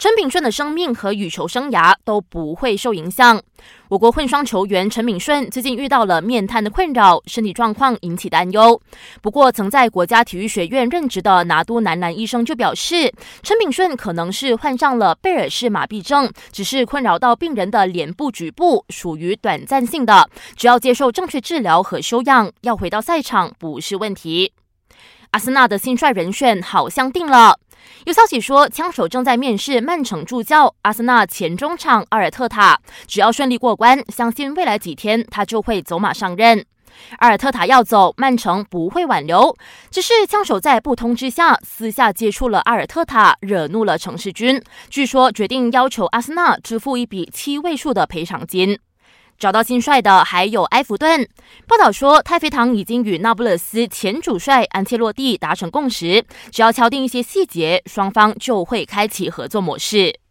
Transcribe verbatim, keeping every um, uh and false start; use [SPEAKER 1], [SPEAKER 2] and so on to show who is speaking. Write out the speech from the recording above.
[SPEAKER 1] 陈炳顺的生命和羽球生涯都不会受影响。我国混双球员陈炳顺最近遇到了面瘫的困扰，身体状况引起担忧。不过，曾在国家体育学院任职的拿督男男医生就表示，陈炳顺可能是患上了贝尔氏麻痹症，只是困扰到病人的脸部局部，属于短暂性的，只要接受正确治疗和休养，要回到赛场不是问题。阿森纳的新帅人选好像定了。有消息说，枪手正在面试曼城助教阿森纳前中场阿尔特塔，只要顺利过关，相信未来几天他就会走马上任。阿尔特塔要走，曼城不会挽留，只是枪手在不通知下私下接触了阿尔特塔，惹怒了城市军，据说决定要求阿森纳支付一笔七位数的赔偿金。找到新帅的还有埃弗顿。报道说，太妃糖已经与那不勒斯前主帅安切洛蒂达成共识，只要敲定一些细节，双方就会开启合作模式。